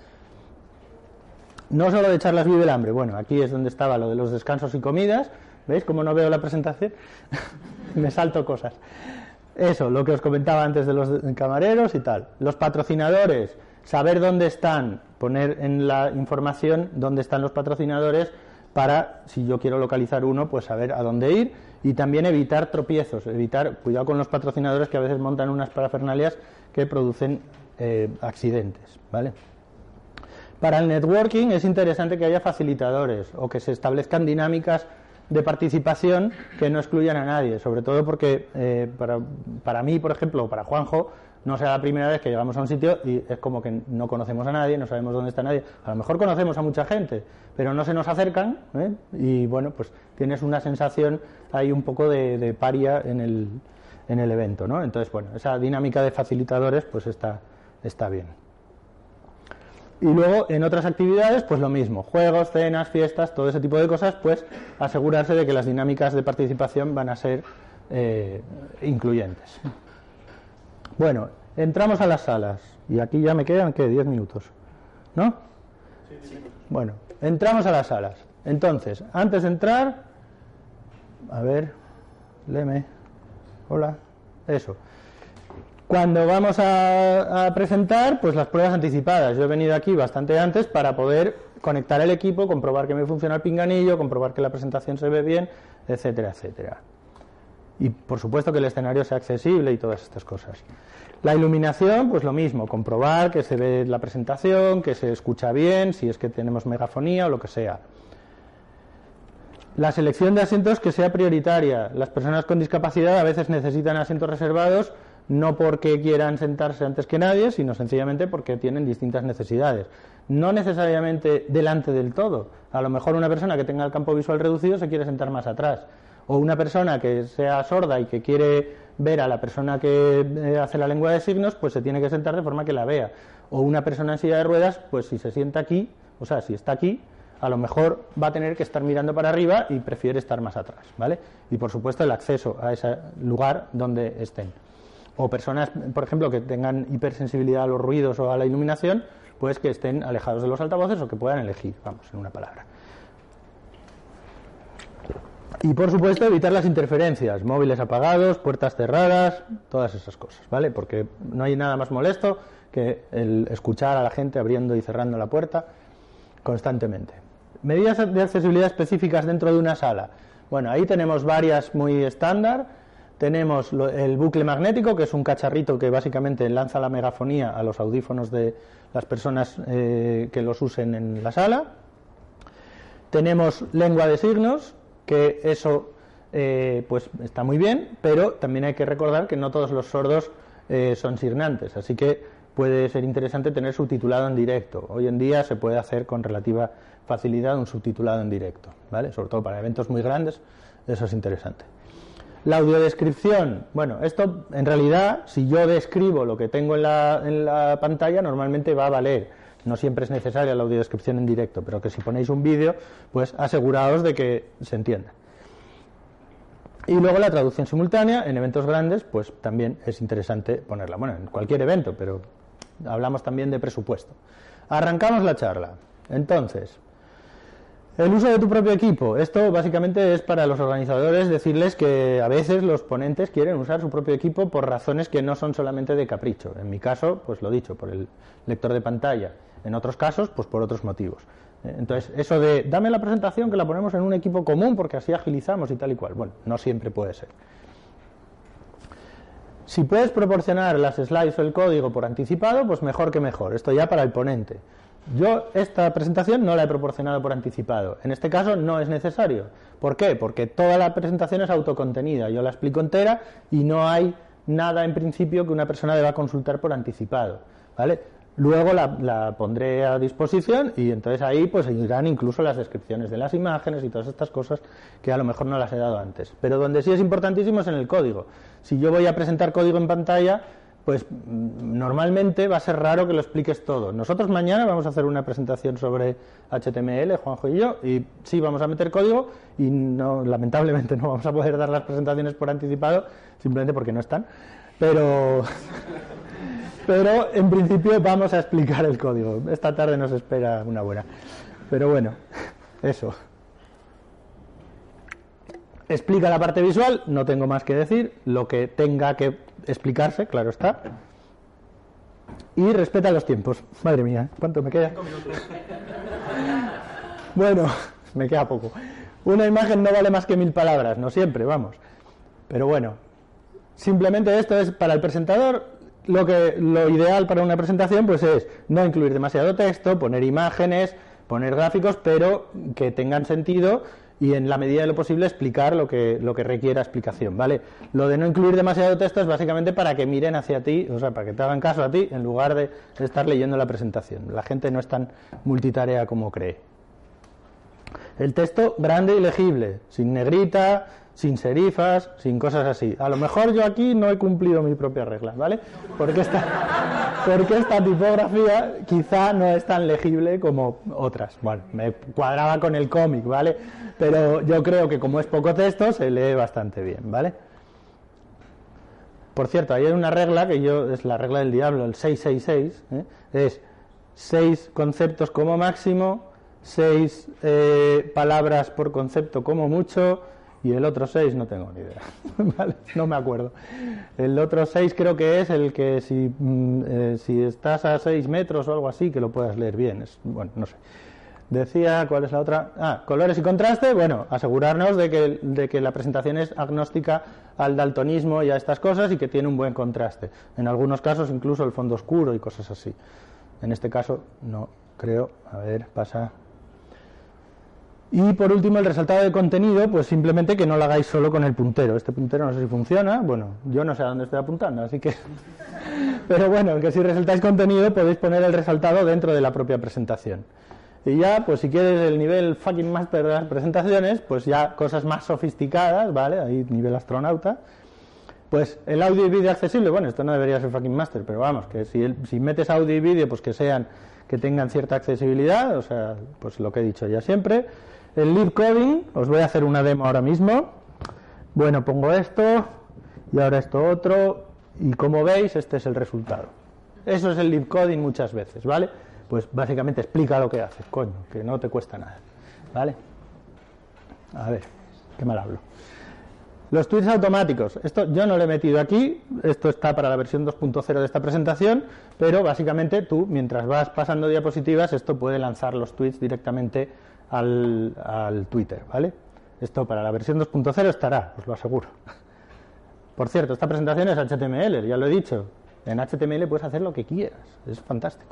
Speaker 6: No solo de charlas vive el hambre, bueno, aquí es donde estaba lo de los descansos y comidas, ¿veis cómo no veo la presentación? Me salto cosas. Eso, lo que os comentaba antes de los camareros y tal. Los patrocinadores, saber dónde están, poner en la información dónde están los patrocinadores para, si yo quiero localizar uno, pues saber a dónde ir, y también evitar tropiezos, cuidado con los patrocinadores que a veces montan unas parafernalias que producen accidentes, ¿vale? Para el networking es interesante que haya facilitadores o que se establezcan dinámicas de participación que no excluyan a nadie, sobre todo porque para mí, por ejemplo, o para Juanjo, no sea la primera vez que llegamos a un sitio y es como que no conocemos a nadie, no sabemos dónde está nadie. A lo mejor conocemos a mucha gente, pero no se nos acercan, y bueno, pues tienes una sensación ahí un poco de paria en el evento, ¿no? Entonces, bueno, esa dinámica de facilitadores pues está bien. Y luego en otras actividades, pues lo mismo, juegos, cenas, fiestas, todo ese tipo de cosas, pues asegurarse de que las dinámicas de participación van a ser incluyentes. Bueno, entramos a las salas, y aquí ya me quedan, ¿qué? 10 minutos, ¿no? Sí. Bueno, entramos a las salas. Entonces, antes de entrar, a ver, léeme, hola, eso. Cuando vamos a presentar, pues las pruebas anticipadas. Yo he venido aquí bastante antes para poder conectar el equipo, comprobar que me funciona el pinganillo, comprobar que la presentación se ve bien, etcétera, etcétera. Y por supuesto que el escenario sea accesible y todas estas cosas. La iluminación, pues lo mismo, comprobar que se ve la presentación, que se escucha bien, si es que tenemos megafonía o lo que sea. La selección de asientos que sea prioritaria. Las personas con discapacidad a veces necesitan asientos reservados, no porque quieran sentarse antes que nadie, sino sencillamente porque tienen distintas necesidades. No necesariamente delante del todo. A lo mejor una persona que tenga el campo visual reducido se quiere sentar más atrás. O una persona que sea sorda y que quiere ver a la persona que hace la lengua de signos, pues se tiene que sentar de forma que la vea. O una persona en silla de ruedas, pues si se sienta aquí, o sea, si está aquí, a lo mejor va a tener que estar mirando para arriba y prefiere estar más atrás, ¿vale? Y por supuesto el acceso a ese lugar donde estén. O personas, por ejemplo, que tengan hipersensibilidad a los ruidos o a la iluminación, pues que estén alejados de los altavoces o que puedan elegir, vamos, en una palabra. Y por supuesto evitar las interferencias, móviles apagados, puertas cerradas, todas esas cosas, ¿vale? Porque no hay nada más molesto que el escuchar a la gente abriendo y cerrando la puerta constantemente. Medidas de accesibilidad específicas dentro de una sala. Bueno, ahí tenemos varias muy estándar. Tenemos el bucle magnético, que es un cacharrito que básicamente lanza la megafonía a los audífonos de las personas que los usen en la sala. Tenemos lengua de signos, que eso pues está muy bien, pero también hay que recordar que no todos los sordos son signantes, así que puede ser interesante tener subtitulado en directo. Hoy en día se puede hacer con relativa facilidad un subtitulado en directo, ¿vale? Sobre todo para eventos muy grandes, eso es interesante. La audiodescripción, bueno, esto en realidad, si yo describo lo que tengo en la pantalla, normalmente va a valer. No siempre es necesaria la audiodescripción en directo, pero que si ponéis un vídeo, pues aseguraos de que se entienda. Y luego la traducción simultánea, en eventos grandes, pues también es interesante ponerla. Bueno, en cualquier evento, pero hablamos también de presupuesto. Arrancamos la charla. Entonces, el uso de tu propio equipo. Esto básicamente es para los organizadores decirles que a veces los ponentes quieren usar su propio equipo por razones que no son solamente de capricho. En mi caso, pues lo dicho, por el lector de pantalla. En otros casos, pues por otros motivos. Entonces, eso de dame la presentación que la ponemos en un equipo común porque así agilizamos y tal y cual. Bueno, no siempre puede ser. Si puedes proporcionar las slides o el código por anticipado, pues mejor que mejor. Esto ya para el ponente. Yo esta presentación no la he proporcionado por anticipado. En este caso no es necesario. ¿Por qué? Porque toda la presentación es autocontenida. Yo la explico entera y no hay nada en principio que una persona deba consultar por anticipado, ¿vale? Luego la pondré a disposición y entonces ahí pues irán incluso las descripciones de las imágenes y todas estas cosas que a lo mejor no las he dado antes. Pero donde sí es importantísimo es en el código. Si yo voy a presentar código en pantalla, pues normalmente va a ser raro que lo expliques todo. Nosotros mañana vamos a hacer una presentación sobre HTML, Juanjo y yo, y sí vamos a meter código y no, lamentablemente no vamos a poder dar las presentaciones por anticipado, simplemente porque no están, pero en principio vamos a explicar el código. Esta tarde nos espera una buena. Pero bueno, eso. Explica la parte visual, no tengo más que decir, lo que tenga que explicarse, claro está. Y respeta los tiempos. Madre mía, ¿cuánto me queda?
Speaker 1: 5 minutos.
Speaker 6: Bueno, me queda poco. Una imagen no vale más que 1000 palabras, no siempre, vamos. Pero bueno, simplemente esto es para el presentador. Lo ideal para una presentación pues es no incluir demasiado texto, poner imágenes, poner gráficos, pero que tengan sentido y en la medida de lo posible explicar lo que requiera explicación, ¿vale? Lo de no incluir demasiado texto es básicamente para que miren hacia ti, o sea, para que te hagan caso a ti en lugar de estar leyendo la presentación. La gente no es tan multitarea como cree. El texto grande y legible, sin negrita, sin serifas, sin cosas así. A lo mejor yo aquí no he cumplido mi propia regla, ¿vale? Porque porque esta tipografía quizá no es tan legible como otras. Bueno, me cuadraba con el cómic, ¿vale? Pero yo creo que como es poco texto, se lee bastante bien, ¿vale? Por cierto, hay una regla que es la regla del diablo, el 666, ¿eh? Es 6 conceptos como máximo, 6 palabras por concepto como mucho, y el otro 6 no tengo ni idea, ¿vale? No me acuerdo. El otro 6 creo que es el que si estás a 6 metros o algo así, que lo puedas leer bien. Bueno, no sé. Decía, ¿cuál es la otra? Colores y contraste. Bueno, asegurarnos de que la presentación es agnóstica al daltonismo y a estas cosas y que tiene un buen contraste. En algunos casos incluso el fondo oscuro y cosas así. En este caso no creo. A ver, pasa. Y por último el resaltado de contenido, pues simplemente que no lo hagáis solo con el puntero. Este puntero no sé si funciona, bueno, yo no sé a dónde estoy apuntando, así que... Pero bueno, que si resaltáis contenido podéis poner el resaltado dentro de la propia presentación. Y ya, pues si quieres el nivel fucking master de las presentaciones, pues ya cosas más sofisticadas, ¿vale? Ahí nivel astronauta. Pues el audio y vídeo accesible, bueno, esto no debería ser fucking master, pero vamos, que si metes audio y vídeo, pues que tengan cierta accesibilidad, o sea, pues lo que he dicho ya siempre. El live coding, os voy a hacer una demo ahora mismo. Bueno, pongo esto y ahora esto otro y como veis este es el resultado. Eso es el live coding muchas veces, ¿vale? Pues básicamente explica lo que haces, coño, que no te cuesta nada, ¿vale? A ver, qué mal hablo. Los tweets automáticos, esto yo no lo he metido aquí, esto está para la versión 2.0 de esta presentación, pero básicamente tú, mientras vas pasando diapositivas, esto puede lanzar los tweets directamente al Twitter, ¿vale? Esto para la versión 2.0 estará, os lo aseguro. Por cierto, esta presentación es HTML, ya lo he dicho. En HTML puedes hacer lo que quieras, es fantástico.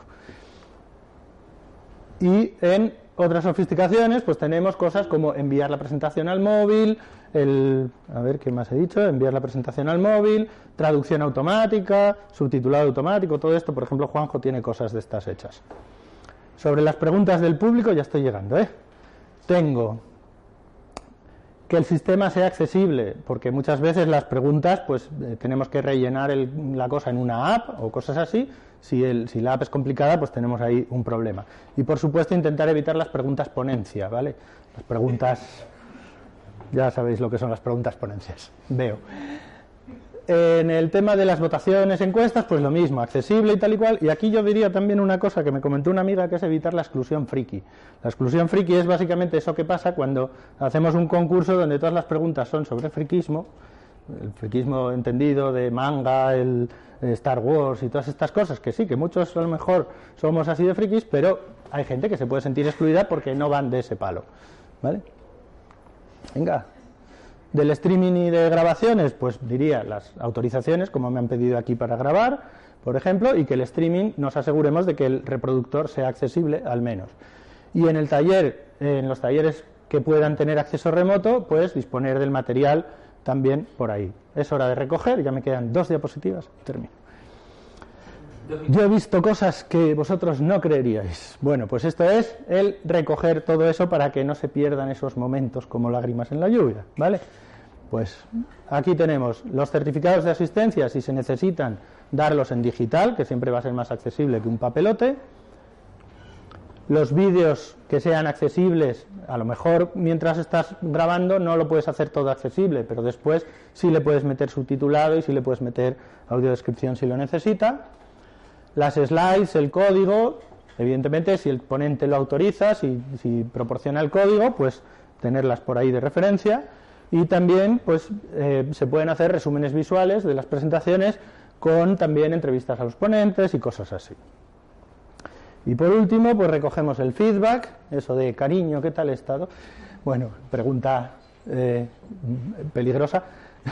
Speaker 6: Y en otras sofisticaciones, pues tenemos cosas como enviar la presentación al móvil, a ver, ¿qué más he dicho? Enviar la presentación al móvil, traducción automática, subtitulado automático, todo esto, por ejemplo, Juanjo tiene cosas de estas hechas. Sobre las preguntas del público, ya estoy llegando, Tengo que el sistema sea accesible, porque muchas veces las preguntas, pues tenemos que rellenar la cosa en una app o cosas así. Si la app es complicada, pues tenemos ahí un problema. Y por supuesto intentar evitar las preguntas ponencia, ¿vale? Las preguntas, ya sabéis lo que son las preguntas ponencias, veo. En el tema de las votaciones, encuestas, pues lo mismo, accesible y tal y cual. Y aquí yo diría también una cosa que me comentó una amiga, que es evitar la exclusión friki. La exclusión friki es básicamente eso que pasa cuando hacemos un concurso donde todas las preguntas son sobre friquismo, el friquismo entendido de manga, el Star Wars y todas estas cosas, que sí, que muchos a lo mejor somos así de frikis, pero hay gente que se puede sentir excluida porque no van de ese palo, ¿vale? Venga. Del streaming y de grabaciones, pues diría las autorizaciones, como me han pedido aquí para grabar, por ejemplo, y que el streaming nos aseguremos de que el reproductor sea accesible al menos. Y en el taller, en los talleres que puedan tener acceso remoto, pues disponer del material también por ahí. Es hora de recoger, ya me quedan 2 diapositivas, termino. Yo he visto cosas que vosotros no creeríais. Bueno, pues esto es el recoger todo eso para que no se pierdan esos momentos como lágrimas en la lluvia, ¿vale? Pues aquí tenemos los certificados de asistencia, si se necesitan, darlos en digital, que siempre va a ser más accesible que un papelote. Los vídeos que sean accesibles, a lo mejor mientras estás grabando no lo puedes hacer todo accesible, pero después sí le puedes meter subtitulado y sí le puedes meter audiodescripción si lo necesita. Las slides, el código, evidentemente si el ponente lo autoriza, si proporciona el código, pues tenerlas por ahí de referencia. Y también pues se pueden hacer resúmenes visuales de las presentaciones con también entrevistas a los ponentes y cosas así. Y por último, pues recogemos el feedback, eso de cariño, ¿qué tal he estado? Bueno, pregunta peligrosa.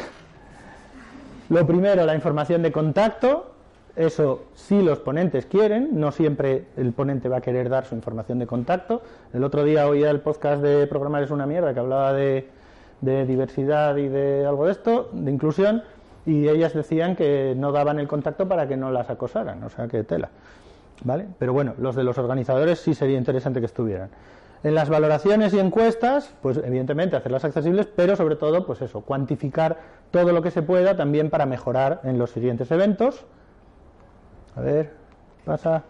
Speaker 6: Lo primero, la información de contacto. Eso si los ponentes quieren, no siempre el ponente va a querer dar su información de contacto. El otro día oía el podcast de Programar es una mierda, que hablaba de diversidad y de algo de esto, de inclusión, y ellas decían que no daban el contacto para que no las acosaran, o sea que tela, ¿vale? Pero bueno, los de los organizadores sí sería interesante que estuvieran. En las valoraciones y encuestas, pues evidentemente hacerlas accesibles, pero sobre todo, pues eso, cuantificar todo lo que se pueda también para mejorar en los siguientes eventos. A ver, Pasa.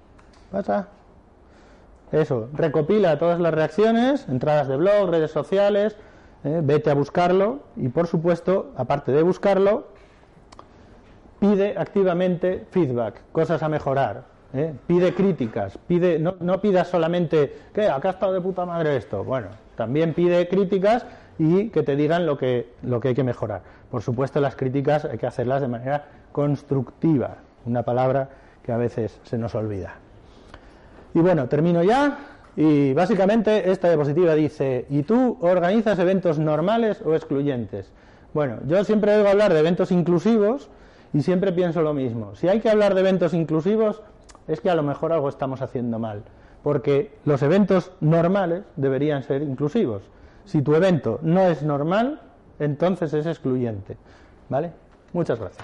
Speaker 6: Eso, recopila todas las reacciones, entradas de blog, redes sociales, vete a buscarlo y, por supuesto, aparte de buscarlo, pide activamente feedback, cosas a mejorar, pide críticas, no pidas solamente que acá ha estado de puta madre esto, bueno, también pide críticas y que te digan lo que hay que mejorar. Por supuesto, las críticas hay que hacerlas de manera constructiva, una palabra que a veces se nos olvida. Y bueno, termino ya y básicamente esta diapositiva dice: ¿y tú organizas eventos normales o excluyentes? Bueno, yo siempre oigo hablar de eventos inclusivos y siempre pienso lo mismo. Si hay que hablar de eventos inclusivos, es que a lo mejor algo estamos haciendo mal, porque los eventos normales deberían ser inclusivos. Si tu evento no es normal, entonces es excluyente, ¿vale? Muchas gracias.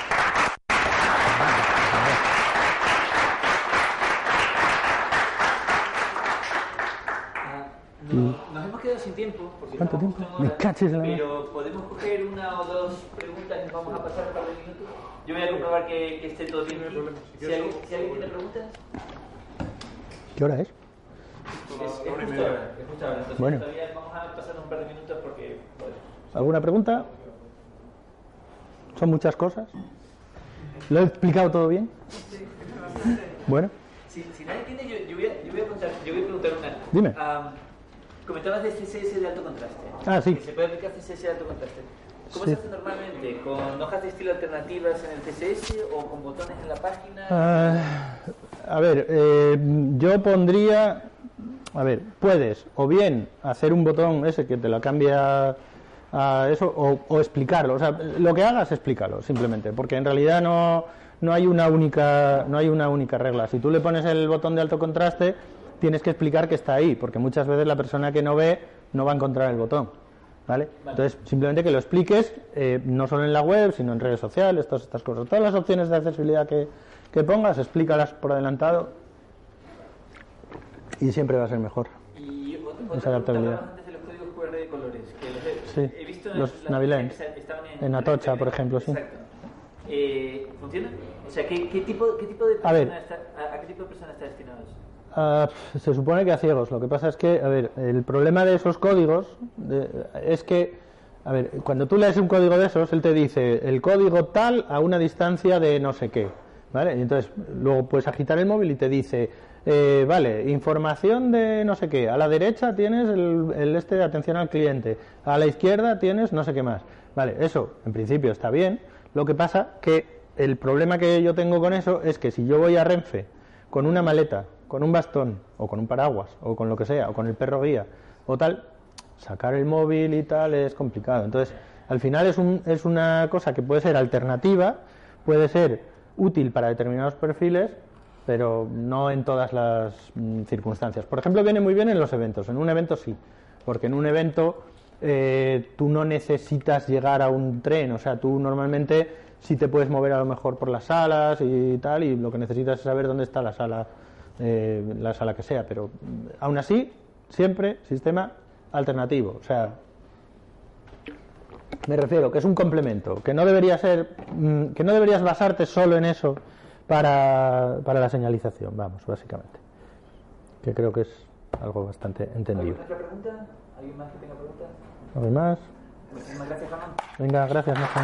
Speaker 5: Nos hemos quedado sin tiempo.
Speaker 6: ¿Cuánto tiempo? Me caches en la mano.
Speaker 5: Pero podemos coger una o dos preguntas y nos vamos a pasar un par de minutos. Yo voy a comprobar que esté todo bien. Si alguien tiene preguntas.
Speaker 6: ¿Qué hora es?
Speaker 5: Es justo ahora. Entonces
Speaker 6: bueno.
Speaker 5: Todavía vamos a pasar un par de minutos porque...
Speaker 6: ¿Alguna pregunta? ¿Son muchas cosas? ¿Lo he explicado todo bien? Bueno.
Speaker 5: Si nadie tiene, yo voy a preguntar una.
Speaker 6: Dime.
Speaker 5: Comentabas de CSS de alto contraste.
Speaker 6: Ah, sí.
Speaker 5: Que se puede aplicar CSS de alto contraste. ¿Cómo
Speaker 6: Sí.
Speaker 5: se hace normalmente? ¿Con hojas de estilo alternativas en el CSS o con botones en la página?
Speaker 6: A ver, yo pondría... A ver, puedes o bien hacer un botón ese que te lo cambia a eso o explicarlo. O sea, lo que hagas, explícalo, simplemente. Porque en realidad no hay una única regla. Si tú le pones el botón de alto contraste, tienes que explicar que está ahí, porque muchas veces la persona que no ve no va a encontrar el botón, ¿vale? Entonces, simplemente que lo expliques, no solo en la web, sino en redes sociales, todas estas cosas. Todas las opciones de accesibilidad que pongas, explícalas por adelantado y siempre va a ser mejor.
Speaker 5: Y
Speaker 6: esa adaptabilidad.
Speaker 5: Antes de los códigos QR de colores, que
Speaker 6: Sí,
Speaker 5: he visto
Speaker 6: los Navilens, en Atocha, por ejemplo, sí.
Speaker 5: Exacto. ¿Funciona? O sea, ¿qué tipo de persona
Speaker 6: A ver.
Speaker 5: ¿a qué tipo de persona está destinado eso?
Speaker 6: Se supone que a ciegos. Lo que pasa es que, a ver, el problema de esos códigos es que, a ver, cuando tú lees un código de esos, él te dice el código tal a una distancia de no sé qué, ¿vale? Y entonces luego puedes agitar el móvil y te dice, vale, información de no sé qué, a la derecha tienes el de atención al cliente, a la izquierda tienes no sé qué más, vale, eso en principio está bien. Lo que pasa que el problema que yo tengo con eso es que si yo voy a Renfe con una maleta, con un bastón, o con un paraguas, o con lo que sea, o con el perro guía, o tal, sacar el móvil y tal es complicado. Entonces, al final es una cosa que puede ser alternativa, puede ser útil para determinados perfiles, pero no en todas las circunstancias. Por ejemplo, viene muy bien en los eventos. En un evento sí, porque en un evento tú no necesitas llegar a un tren, o sea, tú normalmente sí te puedes mover a lo mejor por las salas y tal, y lo que necesitas es saber dónde está la sala que sea, pero aún así siempre sistema alternativo, o sea, me refiero que es un complemento, que no deberías basarte solo en eso para la señalización, vamos, básicamente, que creo que es algo bastante entendible.
Speaker 5: ¿Alguna otra pregunta? ¿Alguien más que tenga preguntas?
Speaker 6: ¿Alguien más?
Speaker 5: Muchísimas gracias, Ramón.
Speaker 6: Venga, gracias, Nathan.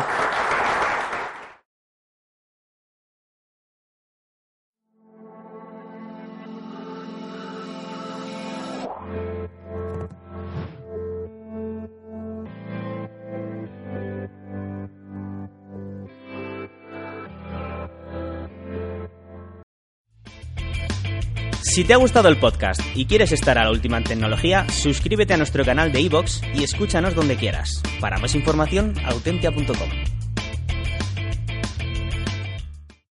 Speaker 4: Si te ha gustado el podcast y quieres estar a la última en tecnología, suscríbete a nuestro canal de iVoox y escúchanos donde quieras. Para más información, autentia.com.